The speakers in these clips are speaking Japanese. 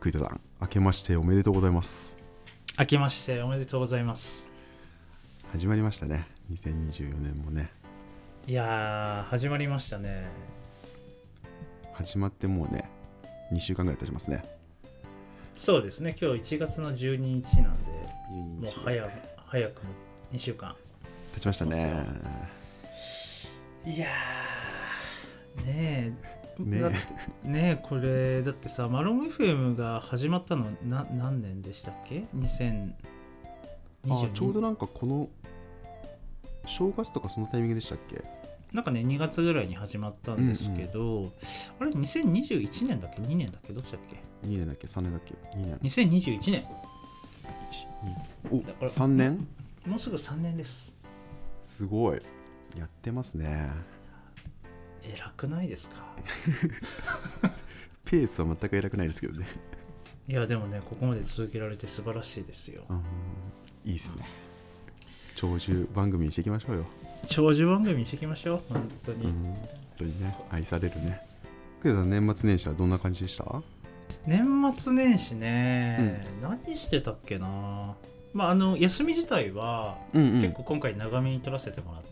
栗田さん、明けましておめでとうございます。 明けましておめでとうございます。 始まりましたね、2024年もね。 いやー、始まりましたね。 始まってもうね、2週間ぐらい経ちますね。 そうですね、今日1月の12日なんで、もう早くも2週間経ちましたね。 いやー、ねえこれだってさ、マロン FM が始まったの何年でしたっけ？2022。 ちょうどなんかこの正月とかそのタイミングでしたっけ？ なんかね、2月ぐらいに始まったんですけど、あれ2021年だっけ2年だっけどっちだっけ ？2年だっけ3年だっけ2年 2021年おだから 3年もうすぐ3年です。 すごいやってますね。 偉くないですか？ ペースは全く偉くないですけどね。 いやでもね、ここまで続けられて素晴らしいですよ。 いいっすね。長寿番組にしていきましょうよ。 長寿番組にしていきましょう。本当に、 本当にね、愛されるね。栗田さん、年末年始はどんな感じでした？ 年末年始ね、何してたっけな。まあ休み自体は、結構今回長めに取らせてもらって、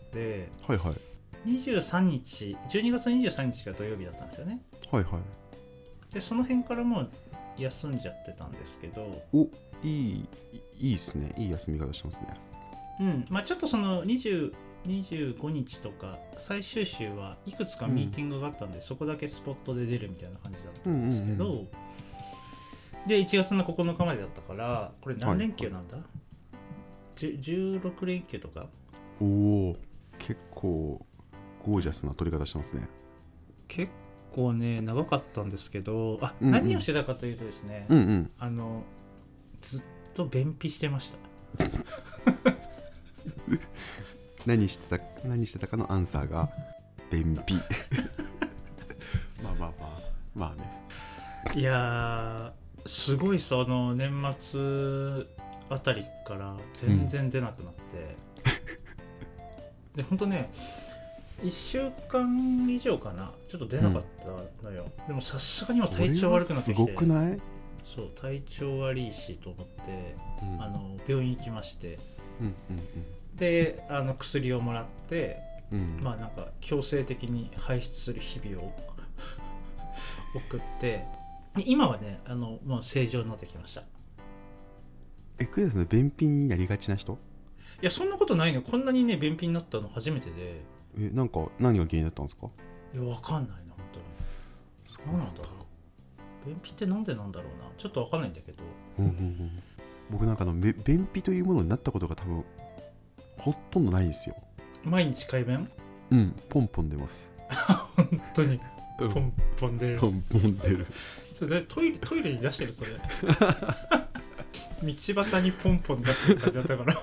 はいはい 23日12月23日が土曜日だったんですよね。 はいはい。 でその辺からもう休んじゃってたんですけど、 いいっすね。いい休み方してますね。 まあちょっとその25日とか最終週はいくつかミーティングがあったんで、そこだけスポットで出るみたいな感じだったんですけど、で1月の9日までだったから、これ何連休なんだ、16連休とか。 結構ゴージャスな取り方してますね。 結構ね長かったんですけど、何をしてたかというとですね、ずっと便秘してました。 何してたかのアンサーが便秘。まあね。いやー、すごいその年末あたりから全然出なくなって、でほんとね1週間以上かな、ちょっと出なかったのよ。でもさすがにも体調悪くなってきて、 すごくない？ そう、体調悪いしと思って、病院行きまして、で薬をもらって、まあなんか強制的に排出する日々を送って、今はねもう正常になってきました。 栗田さん、便秘になりがちな人？ いやそんなことないの。こんなにね便秘になったの初めてで。 なんか何が原因だったんですか？ いやわかんないな、本当に。何なんだろう。便秘ってなんでなんだろうな、ちょっとわかんないんだけど、 僕なんか便秘というものになったことが多分ほとんどないんですよ。 毎日快便？ ポンポン出ます。 本当にポンポン出る。 ポンポン出る。 それでトイレに出してる、それ。道端にポンポン出してる感じだったから。 い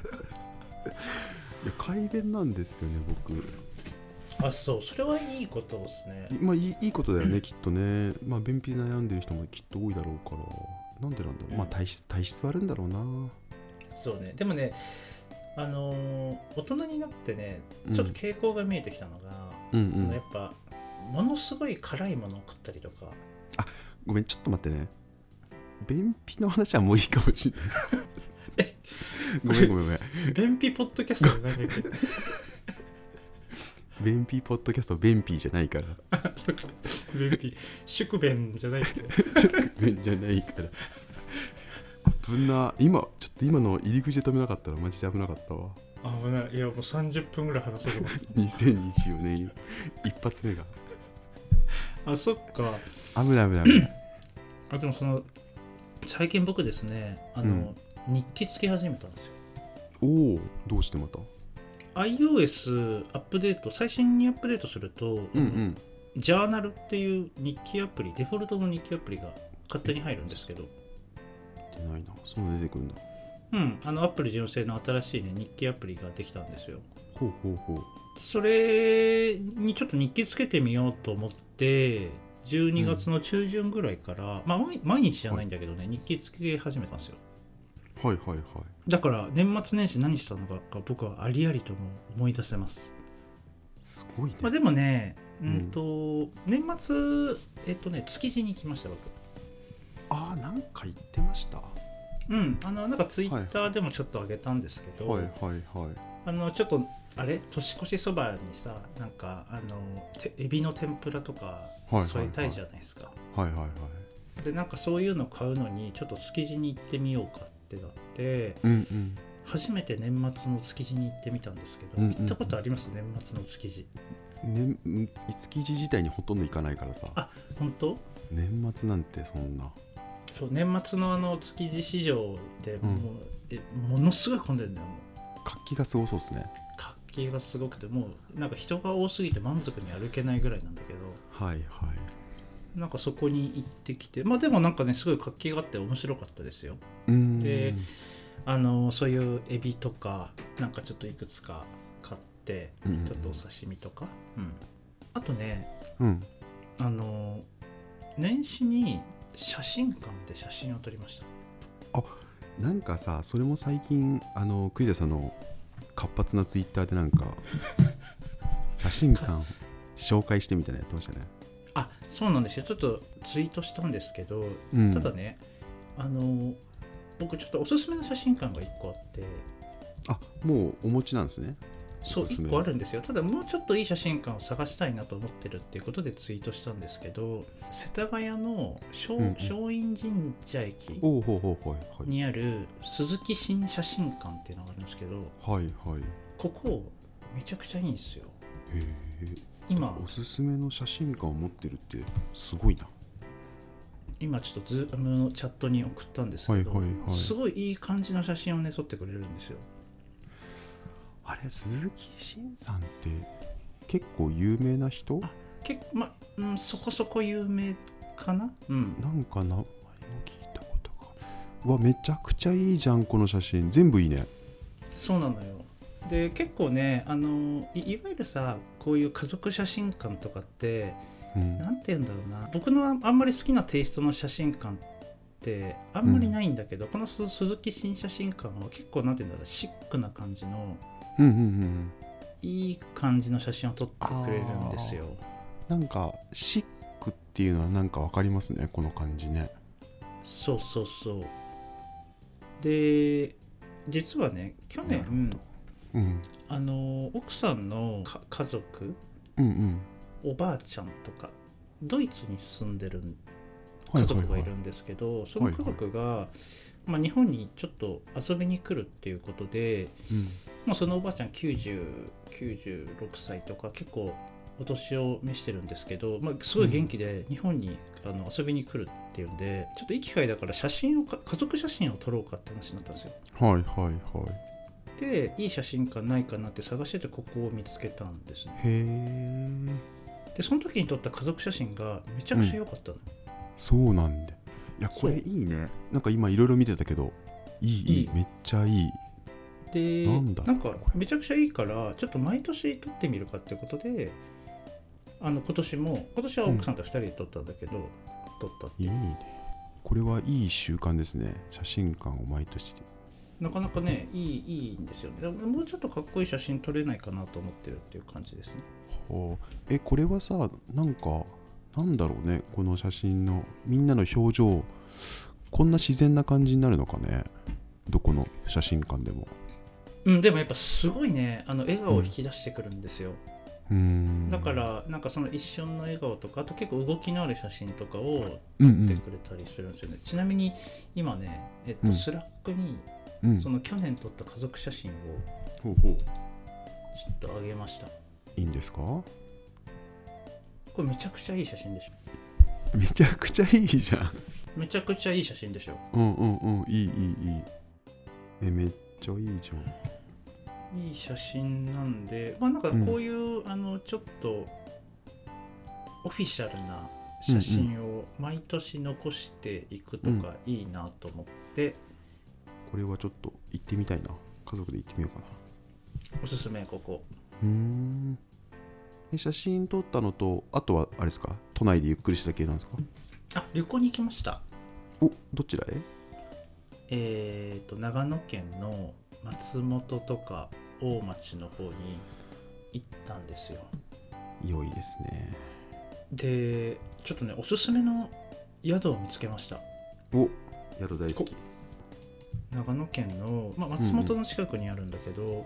や快便なんですよね、僕。 そう、それはいいことですね。 いいことだよね、きっとね。便秘で悩んでる人もきっと多いだろうから、なんでなんだろう。体質はあるんだろうな。 そうね。でもね、大人になってね、ちょっと傾向が見えてきたのが、やっぱものすごい辛いものを食ったりとか。 ごめん、ちょっと待ってね。便秘の話はもういいかもしれない。ごめん。 便秘ポッドキャストじゃないんだけど。 便秘ポッドキャスト、便秘じゃないから。 便秘、宿便じゃないけど。 宿便じゃないから。今の入り口で止めなかったらマジで危なかったわ。 危ない。いやもう30分ぐらい話そうと思って。 2024年一発目が。 そっか。 危ない。 でも最近僕ですね、日記つけ始めたんですよ。 どうしてまた？ iOS アップデート、最新にアップデートすると、ジャーナルっていう日記アプリ、デフォルトの日記アプリが勝手に入るんですけど。 出ないな、そんな出てくるんだ。 アップル純正の新しいね日記アプリができたんですよ。 ほう。 それにちょっと日記つけてみようと思って、12月の中旬ぐらいから、毎日じゃないんだけどね、日記つけ始めたんですよ。 はい。 だから年末年始何したのか僕はありありとも思い出せます。 すごいね。 でもね、年末築地に行きました僕。 ああ、なんか言ってました。 なんかツイッターでもちょっと上げたんですけど、 はいはいはい。 ちょっとあれ年越しそばにさ、なんかエビの天ぷらとか添えたいじゃないですか。 はいはいはい。 でなんかそういうの買うのにちょっと築地に行ってみようかってなって、初めて年末の築地に行ってみたんですけど、行ったことあります？年末の築地。 築地自体にほとんど行かないからさ。 あ、本当？ 年末なんてそんな。 そう、年末の築地市場でものすごい混んでるんだよ。もう活気がすごそうですね。 活気がすごくて、もうなんか人が多すぎて満足に歩けないぐらいなんだけど、 はいはい。 なんかそこに行ってきて、まあでもなんかね、すごい活気があって面白かったですよ。で、そういうエビとかなんかちょっといくつか買って、ちょっとお刺身とか、あとね、年始に写真館で写真を撮りました。 あ、なんかさ、それも最近栗田さんの活発なツイッターでなんか写真館紹介してみたいなやってましたね。 あ、そうなんですよ。ちょっとツイートしたんですけど、ただね、僕ちょっとおすすめの写真館が1個あって。 あ、もうお持ちなんですね。 そう、1個あるんですよ。ただもうちょっといい写真館を探したいなと思ってるっていうことでツイートしたんですけど、世田谷の松陰神社駅にある鈴木新写真館っていうのがあるんですけど、 はいはい、 ここめちゃくちゃいいんですよ。 へえ。今おすすめの写真館を持ってるってすごいな。 今ちょっとZoomのチャットに送ったんですけど、すごいいい感じの写真をね撮ってくれるんですよ。 あれ、鈴木新さんって結構有名な人？ そこそこ有名かな。 なんか名前を聞いたことが。めちゃくちゃいいじゃん、この写真。全部いいね。 そうなのよ。で結構ね、いわゆるさ、こういう家族写真館とかって、なんて言うんだろうな、僕のあんまり好きなテイストの写真館ってあんまりないんだけど、この鈴木新写真館は結構なんて言うんだろう、シックな感じの、いい感じの写真を撮ってくれるんですよ。 なんかシックっていうのはなんか分かりますね、この感じね。 そうそうそう。で実はね、去年、奥さんの家族、おばあちゃんとかドイツに住んでる家族がいるんですけど、その家族が、日本にちょっと遊びに来るっていうことで、もうそのおばあちゃん96歳とか結構お年を召してるんですけど、すごい元気で日本に遊びに来るっていうんで、ちょっといい機会だから家族写真を撮ろうかって話になったんですよ。 はいはいはい。 でいい写真館ないかなって探してて、ここを見つけたんですね。 へー。でその時に撮った家族写真がめちゃくちゃ良かったの。 そうなんで、いやこれいいね。なんか今いろいろ見てたけど、いいめっちゃいい。 でなんかめちゃくちゃいいから、ちょっと毎年撮ってみるかっていうことで、今年は奥さんと2人で撮ったんだけど、撮ったっていう。 いいね。これはいい習慣ですね、写真館を毎年。 なかなかね、いいんですよね。もうちょっとかっこいい写真撮れないかなと思ってるっていう感じですね。 これはさ、なんだろうね、この写真のみんなの表情、こんな自然な感じになるのかね、どこの写真館でも。 でもやっぱすごいね、笑顔を引き出してくるんですよ。だからなんかその一瞬の笑顔とか、あと結構動きのある写真とかを撮ってくれたりするんですよね。ちなみに今ね、スラックにその去年撮った家族写真をちょっと上げました。 いいんですか？これめちゃくちゃいい写真でしょ。めちゃくちゃいいじゃん。 めちゃくちゃいい写真でしょ。 いいめっちゃいいじゃん。 いい写真なんで、なんかこういう、ちょっとオフィシャルな写真を毎年残していくとかいいなと思って、 これはちょっと行ってみたいな。家族で行ってみようかな。 おすすめ。ここ写真撮ったのと、あとはあれですか、都内でゆっくりした系なんですか？ 旅行に行きました。 どちらへ？長野県の松本とか大町の方に行ったんですよ。 良いですね。 でちょっとね、おすすめの宿を見つけました。 お、宿大好き。 長野県の、松本の近くにあるんだけど、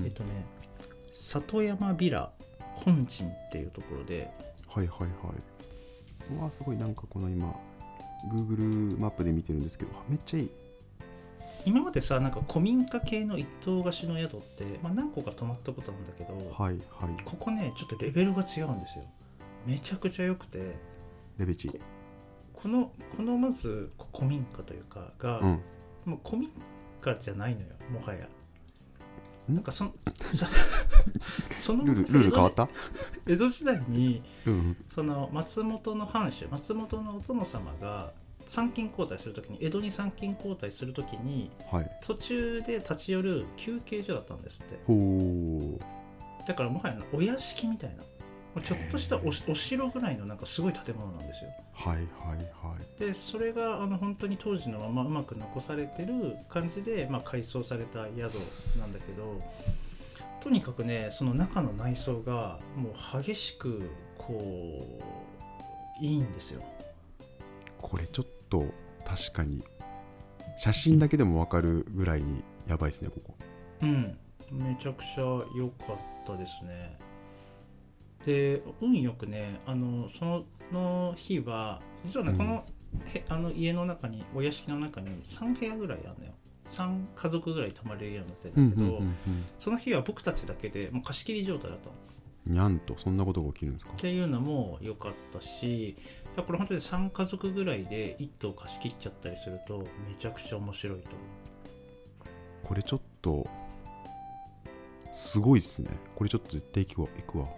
里山ビラ本陣っていうところで、 はいはいはい。うわすごい、なんかこの今 Google マップで見てるんですけど、めっちゃいい。 今までさ、なんか古民家系の一棟貸しの宿って、何個か泊まったことなんだけど、 はいはい。 ここねちょっとレベルが違うんですよ。めちゃくちゃ良くて、 レベチ。 このまず古民家というかが、もう古民家じゃないのよ、もはや。なんかそのルール変わった？ 江戸時代に、その松本の藩主、松本のお殿様が参勤交代するときに、江戸に参勤交代するときに、途中で立ち寄る休憩所だったんですって。だからもはやお屋敷みたいな、ちょっとした お城ぐらいのなんかすごい建物なんですよ。はいはいはい。でそれが本当に当時のままうまく残されてる感じで、改装された宿なんだけど、とにかくね、その中の内装がもう激しくこういいんですよ。 これちょっと確かに写真だけでも分かるぐらいにやばいですね、ここ。 めちゃくちゃ良かったですね。で運よくね、その日は実はね、この家の中に、お屋敷の中に3部屋ぐらいあるのよ。3家族ぐらい泊まれるようになってるんだけど、その日は僕たちだけでもう貸し切り状態だったの。 にゃんとそんなことが起きるんですかっていうのも良かったし、これ本当に3家族ぐらいで1棟貸し切っちゃったりするとめちゃくちゃ面白いと思う。 これちょっとすごいっすね。これちょっと絶対行くわ。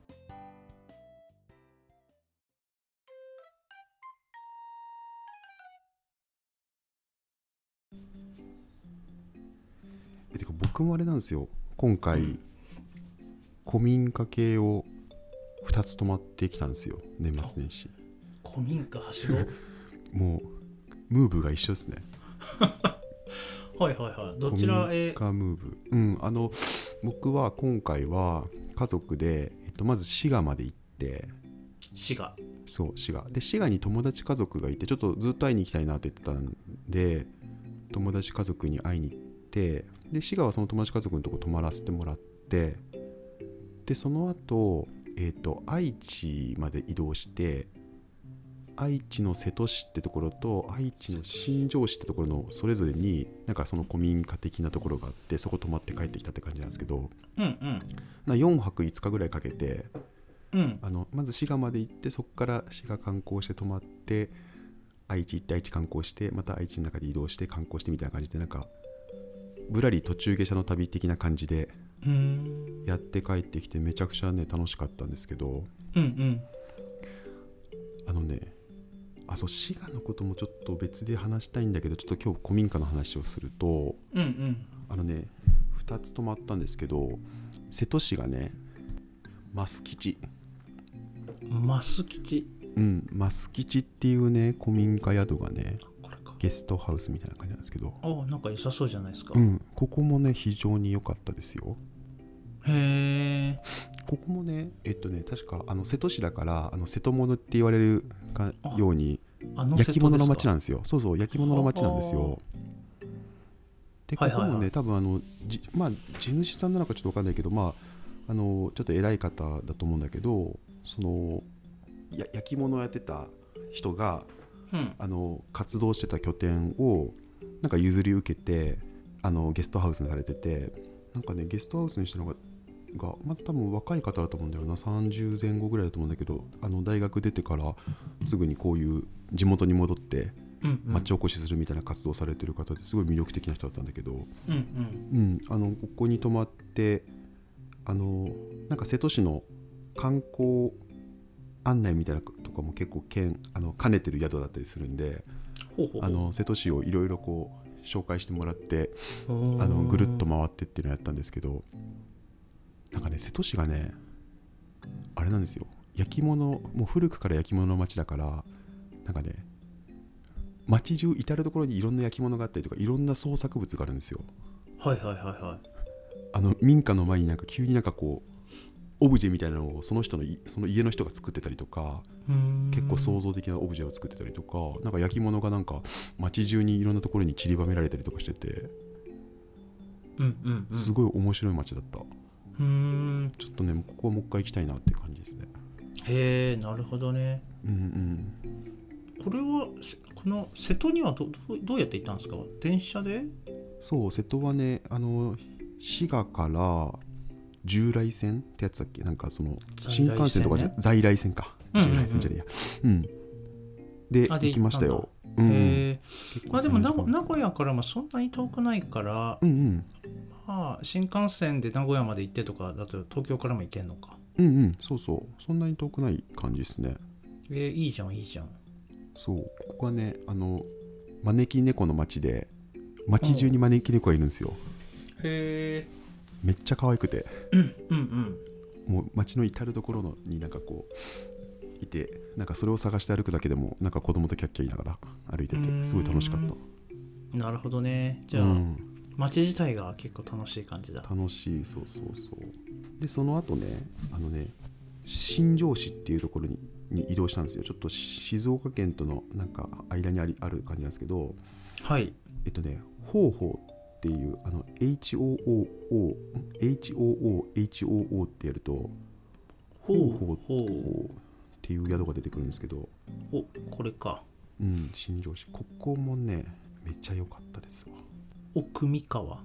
てか僕もあれなんですよ、今回、古民家系を2つ泊まってきたんですよ、年末年始。 古民家はしごもうムーブが一緒ですね。 はいはいはい。どちらへ？ 古民家ムーブ。僕は今回は家族で、まず滋賀まで行って。 滋賀で、滋賀に友達家族がいて、ちょっとずっと会いに行きたいなって言ってたんで、友達家族に会いに行って、で滋賀はその友達家族のとこ泊まらせてもらって、でその後、愛知まで移動して、愛知の瀬戸市ってところと愛知の新城市ってところのそれぞれになんかその古民家的なところがあって、そこ泊まって帰ってきたって感じなんですけど、4泊5日ぐらいかけて、まず滋賀まで行って、そこから滋賀観光して泊まって、愛知行って愛知観光して、また愛知の中で移動して観光してみたいな感じで、なんかぶらり途中下車の旅的な感じでやって帰ってきて、めちゃくちゃね楽しかったんですけど、そう滋賀のこともちょっと別で話したいんだけど、ちょっと今日古民家の話をすると、2つ泊まったんですけど、瀬戸市がね増吉っていうね古民家宿がね、ゲストハウスみたいな感じなんですけど、 なんか良さそうじゃないですか。 ここもね非常に良かったですよ。 へえ。 ここもね確か瀬戸市だから瀬戸物って言われるように焼き物の町なんですよ。そう焼き物の町なんですよ。でここもね、多分地主さんなのかちょっと分かんないけど、ちょっと偉い方だと思うんだけど、その焼き物をやってた人が、活動してた拠点をなんか譲り受けてゲストハウスにされてて、なんかねゲストハウスにしたのが多分若い方だと思うんだよな。30前後ぐらいだと思うんだけど、大学出てからすぐにこういう地元に戻って町おこしするみたいな活動されてる方ですごい魅力的な人だったんだけど、ここに泊まって、なんか瀬戸市の観光案内みたいなとかも結構兼ねてる宿だったりするんで、瀬戸市をいろいろこう紹介してもらってぐるっと回ってっていうのをやったんですけど、なんかね瀬戸市がねあれなんですよ、焼き物もう古くから焼き物の町だから、なんかね町中至る所にいろんな焼き物があったりとか、いろんな創作物があるんですよ。民家の前になんか急になんかこうオブジェみたいなのをその家の人が作ってたりとか、結構創造的なオブジェを作ってたりとか、なんか焼き物がなんか街中にいろんなところに散りばめられたりとかしてて、すごい面白い街だった。ちょっとねここはもう一回行きたいなっていう感じですね。 へえ、なるほどね。これはこの瀬戸にはどうやって行ったんですか？電車で？ そう、瀬戸はね滋賀から従来線ってやつだっけ、なんかその新幹線とかじゃ在来線か、従来線じゃねえや、で行きましたよ。 まあでも名古屋からもそんなに遠くないから、まあ新幹線で名古屋まで行ってとかだと東京からも行けんのか。 そうそう、そんなに遠くない感じですね。 いいじゃんいいじゃん。 そう、ここはね招き猫の町で、町中に招き猫がいるんですよ。 へえ。 めっちゃ可愛くて、もう町の至る所になんかこういて、なんかそれを探して歩くだけでもなんか子供とキャッキャ言いながら歩いててすごい楽しかった。 なるほどね。じゃあ、町自体が結構楽しい感じだ。 楽しい、そうそうそう。でその後ね新庄市っていうところに移動したんですよ。ちょっと静岡県とのなんか間にある感じなんですけど、 はい。 ほうほうっていうHOOHOO ってやるとほうほうっていう宿が出てくるんですけど、 これか。 新庄市、ここもねめっちゃ良かったですわ。 奥三河。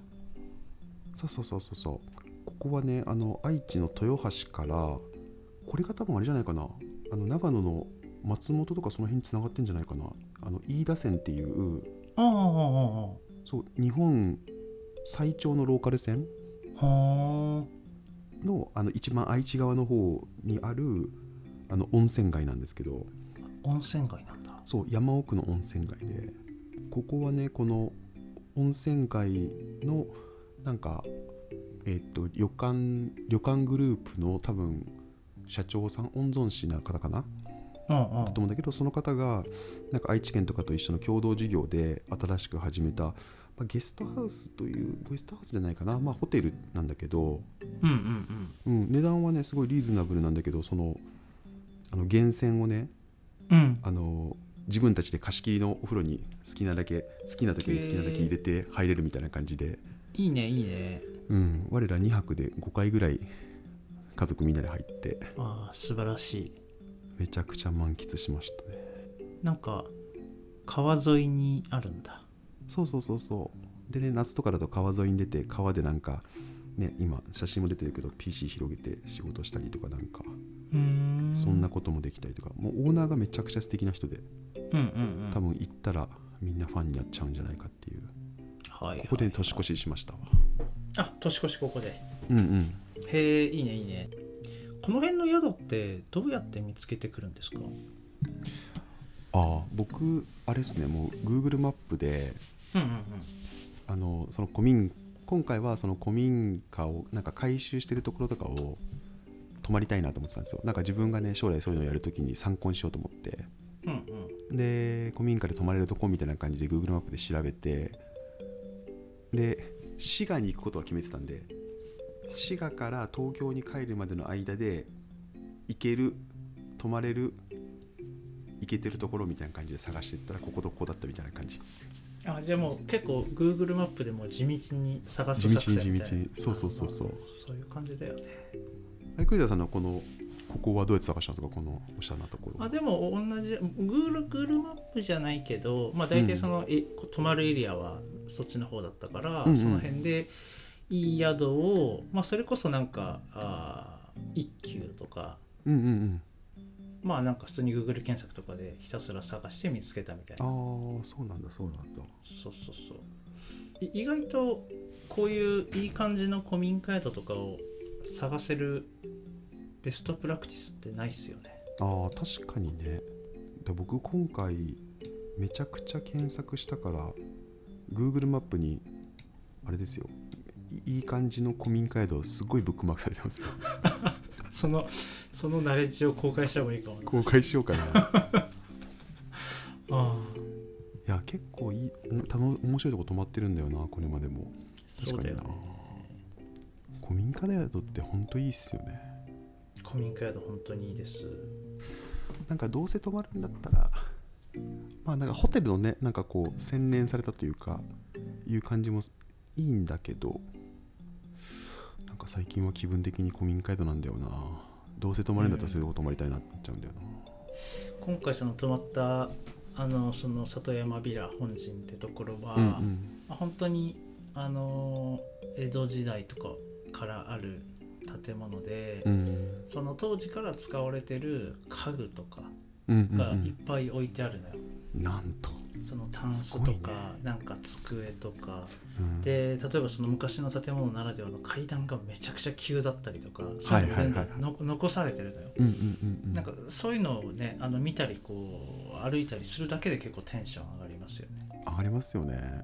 そうここはね愛知の豊橋から、これが多分あれじゃないかな、長野の松本とかその辺に繋がってんじゃないかな、飯田線っていうそう日本最長のローカル線の一番愛知側の方にある温泉街なんですけど。 温泉街なんだ。 そう、山奥の温泉街で、ここはねこの温泉街のなんか旅館グループの多分社長さん、御曹司な方かな、だと思うんだけど、その方がなんか愛知県とかと一緒の共同事業で新しく始めた、ゲストハウスじゃないかな、ホテルなんだけど、値段はねすごいリーズナブルなんだけど、その源泉をね、自分たちで貸し切りのお風呂に好きな時に好きなだけ入れて入れるみたいな感じで、 いいねいいね。 我ら2泊で5回ぐらい家族みんなで入って、 素晴らしい。 めちゃくちゃ満喫しましたね。 なんか川沿いにあるんだ。 そうでね、夏とかだと川沿いに出て、川でなんかね、今写真も出てるけど PC 広げて仕事したりとか、なんかそんなこともできたりとか、もうオーナーがめちゃくちゃ素敵な人で、多分行ったらみんなファンになっちゃうんじゃないかっていう、ここで年越ししましたわ。 年越しここで。 へえ、いいねいいね。この辺の宿ってどうやって見つけてくるんですか？ 僕あれですね、もう Google マップで、その今回はその古民家をなんか改修してるところとかを泊まりたいなと思ってたんですよ。なんか自分がね将来そういうのをやるときに参考にしようと思って、で古民家で泊まれるとこみたいな感じで Google マップで調べて、で滋賀に行くことは決めてたんで、滋賀から東京に帰るまでの間で行ける、泊まれる、行けてるところみたいな感じで探していったら、こことここだったみたいな感じ。 じゃあもう結構 Google マップでも地道に探す作戦みたいな。 そうそういう感じだよね。 栗田さんのここはどうやって探したんですか、このおしゃれなところ。 でも同じ Google マップじゃないけど、大体その、泊まるエリアはそっちの方だったから、その辺でいい宿を、それこそなんか一休とか、なんか普通に Google 検索とかでひたすら探して見つけたみたいな。 そうなんだ。 そう意外とこういういい感じの古民家宿とかを探せるベストプラクティスってないっすよね。 確かにね。僕今回めちゃくちゃ検索したから Google マップにあれですよ、いい感じの古民家宿すごいブックマークされてますよ。 そのナレッジを公開した方がいいかも。 公開しようかな。いや結構面白いとこ泊まってるんだよな、これまでも。確かにな。古民家宿ってほんといいっすよね。 古民家宿本当にいいです。 なんかどうせ泊まるんだったらまあなんかホテルのねなんかこう洗練されたというかいう感じもいいんだけど、なんか最近は気分的に古民家宿なんだよな。どうせ泊まるんだったらそういうとこ泊まりたいなってなっちゃうんだよな。 今回その泊まったその里山ビラ本陣ってところは、本当に江戸時代とかからある建物で、その当時から使われてる家具とかがいっぱい置いてあるのよ。 なんとそのタンスとか、なんか机とか、で例えばその昔の建物ならではの階段がめちゃくちゃ急だったりとか、そういうの全部残されてるのよ。なんかそういうのをね見たりこう歩いたりするだけで結構テンション上がりますよね。 上がりますよね、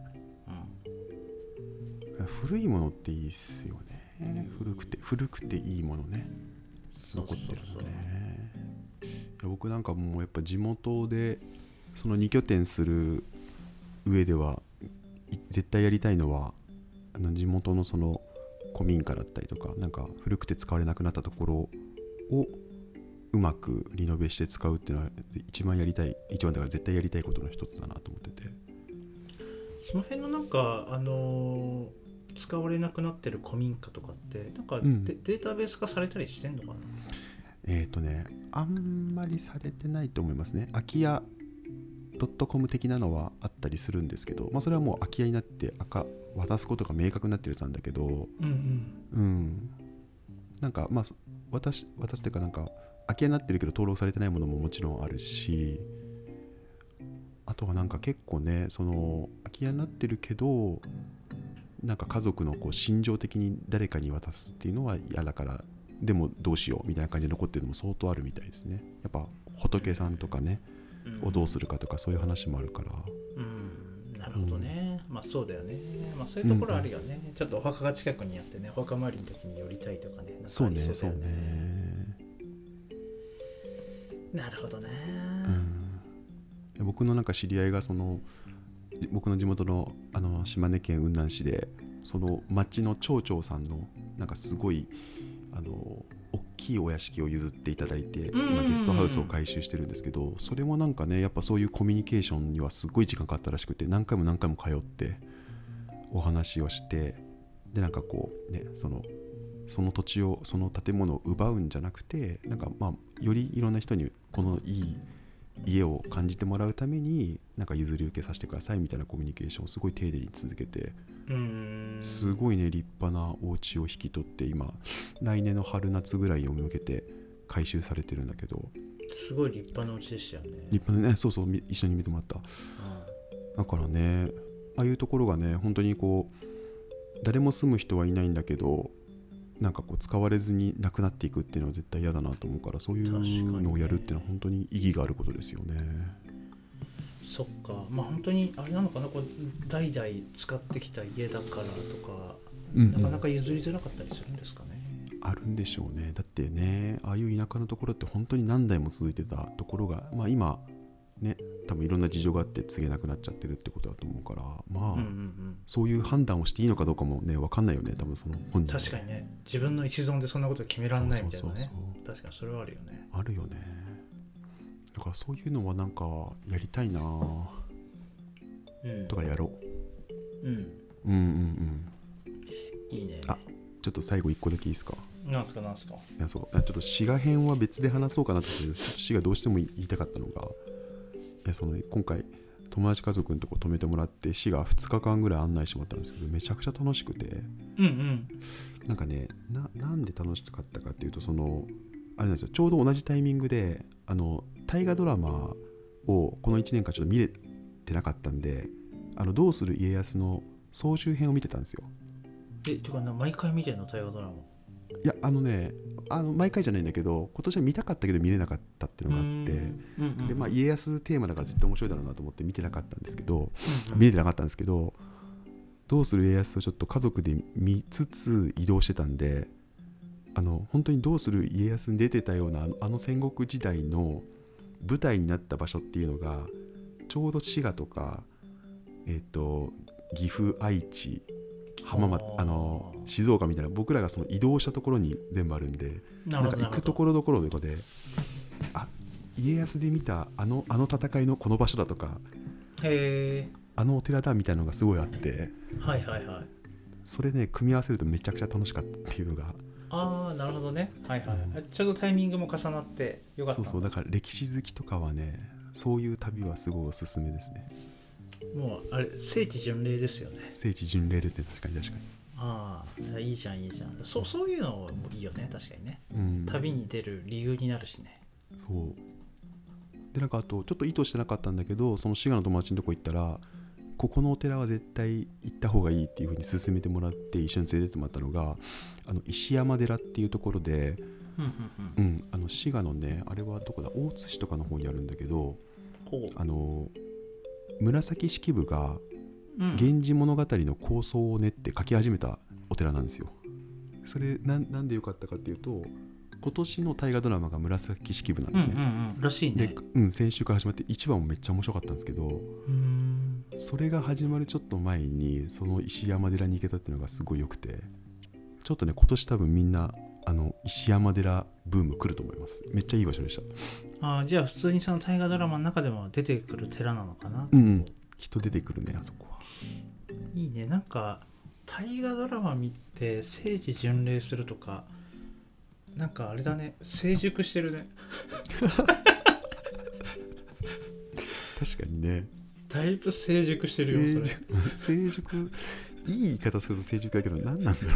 古いものっていいっすよね。古くていいものね、残ってるのね。僕なんかもうやっぱ地元でその2拠点する上では絶対やりたいのは地元のその古民家だったりとか、なんか古くて使われなくなったところをうまくリノベして使うっていうのは一番だから絶対やりたいことの一つだなと思ってて、 その辺のなんか使われなくなってる古民家とかってなんか、データベース化されたりしてんのかな。 あんまりされてないと思いますね。空き家.com 的なのはあったりするんですけど、それはもう空き家になって渡すことが明確になってるやつなんだけど、なんか渡すっていうか、なんか空き家になってるけど登録されてないものももちろんあるし、あとはなんか結構ね、その空き家になってるけどなんか家族のこう心情的に誰かに渡すっていうのは嫌だから、でもどうしようみたいな感じで残ってるのも相当あるみたいですね。やっぱ仏さんとかね、をどうするかとかそういう話もあるから。 なるほどね。そうだよね。そういうところあるよね。ちょっとお墓が近くにあってね、お墓参りの時に寄りたいとかね。 そうね。 なるほどね。 僕のなんか知り合いが僕の地元の島根県雲南市でその町の町長さんのなんかすごい大きいお屋敷を譲っていただいて、今ゲストハウスを改修してるんですけど、それもなんかねやっぱそういうコミュニケーションにはすごい時間かかったらしくて、何回も通ってお話をして、でなんかこうねその土地をその建物を奪うんじゃなくて、なんかよりいろんな人にこのいい家を感じてもらうためになんか譲り受けさせてくださいみたいなコミュニケーションをすごい丁寧に続けて、すごいね立派なお家を引き取って今来年の春夏ぐらいを向けて改修されてるんだけど、 すごい立派なお家でしたよね。 立派なね、そう一緒に見てもらった。だからね、ああいうところがね本当にこう誰も住む人はいないんだけど、なんかこう使われずになくなっていくっていうのは絶対嫌だなと思うから、そういうのをやるっていうのは本当に意義があることですよね。 そっか、本当にあれなのかな、こう代々使ってきた家だからとか、なかなか譲りづらかったりするんですかね。 あるんでしょうね。だってね、ああいう田舎のところって本当に何代も続いてたところが、今ね多分いろんな事情があって継げなくなっちゃってるってことだと思うから、そういう判断をしていいのかどうかもね分かんないよね、多分その本人。 確かにね、自分の一存でそんなこと決めらんないみたいなね。確かにそれはあるよね。 あるよね。だからそういうのはなんかやりたいな、とかやろう。 いいね。 ちょっと最後1個だけいいですか。 なんすか。いや、ちょっと滋賀編は別で話そうかなと思って、滋賀どうしても言いたかったのが、今回友達家族のとこ泊めてもらって滋賀2日間ぐらい案内してもらったんですけど、めちゃくちゃ楽しくて、なんかね、なんで楽しかったかっていうと、あれなんですよ、ちょうど同じタイミングで大河ドラマをこの1年間ちょっと見れてなかったんで、どうする家康の総集編を見てたんですよ。 てか毎回見てんの、大河ドラマ。 いや毎回じゃないんだけど、今年は見たかったけど見れなかったっていうのがあって、で家康テーマだから絶対面白いだろうなと思って見てなかったんですけど、見れてなかったんですけど、どうする家康をちょっと家族で見つつ移動してたんで、本当にどうする家康に出てたような戦国時代の舞台になった場所っていうのがちょうど滋賀とか岐阜、愛知静岡みたいな、僕らがその移動したところに全部あるんで、なんか行くところどころで家康で見たあの戦いのこの場所だとか、あのお寺だみたいなのがすごいあって、 はいはいはい、 それね組み合わせるとめちゃくちゃ楽しかったっていうのが。 ああなるほどね、はいはい、ちょうどタイミングも重なってよかった。 そうだから歴史好きとかはね、そういう旅はすごいおすすめですね。 もうあれ聖地巡礼ですよね。 聖地巡礼ですね、確かに。 ああいいじゃんそういうのもいいよね、確かにね、旅に出る理由になるしね。 そうで、なんかあとちょっと意図してなかったんだけど、その滋賀の友達のとこ行ったら、ここのお寺は絶対行った方がいいっていう風に勧めてもらって一緒に連れてってもらったのが石山寺っていうところで、滋賀のね、あれはどこだ、大津市とかの方にあるんだけど、紫式部が源氏物語の構想を練って書き始めたお寺なんですよ。それなんでよかったかっていうと、今年の大河ドラマが紫式部なんですね。 らしいね。 で、先週から始まって1話もめっちゃ面白かったんですけど、それが始まるちょっと前にその石山寺に行けたっていうのがすごい良くて、ちょっとね今年多分みんな石山寺ブーム来ると思います。めっちゃいい場所でした。 じゃあ普通にその大河ドラマの中でも出てくる寺なのかな。 きっと出てくるね、あそこは。 いいね。なんか大河ドラマ見て聖地巡礼するとか、なんかあれだね、成熟してるね。 確かにね、 だいぶ成熟してるよそれ。 成熟、いい言い方すると成熟だけど何なんだろ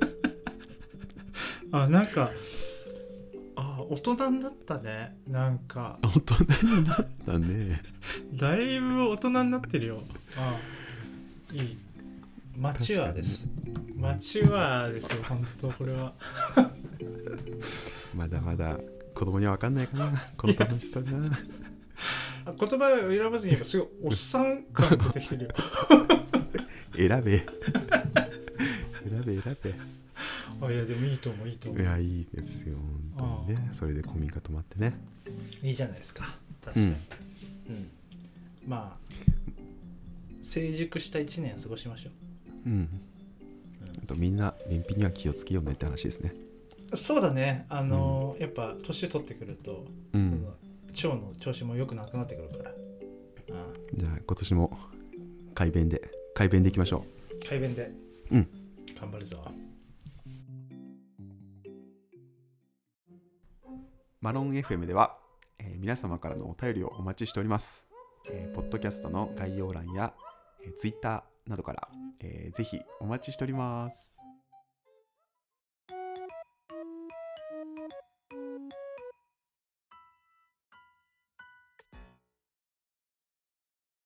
う。なんか大人になったね。なんか大人になったね。 だいぶ大人になってるよ。いいマチュアです。マチュアですよ本当。これはまだまだ子供には分かんないかな、この楽しさな。 言葉を選ばずに言えばすごいおっさん感出てきてるよ。 選べ。 いやでもいいと思う。 いやいいですよ本当にね。それで古民家泊まってね、 いいじゃないですか。確かに、まあ成熟した1年過ごしましょう。 あとみんな便秘には気をつけようねって話ですね。 そうだね。やっぱ年取ってくると、腸の調子も良くなくなってくるから。 じゃあ今年も快便でいきましょう。快便で頑張るぞ。 マロン FM では、皆様からのお便りをお待ちしております。ポッドキャストの概要欄や、Twitter などから、ぜひお待ちしております。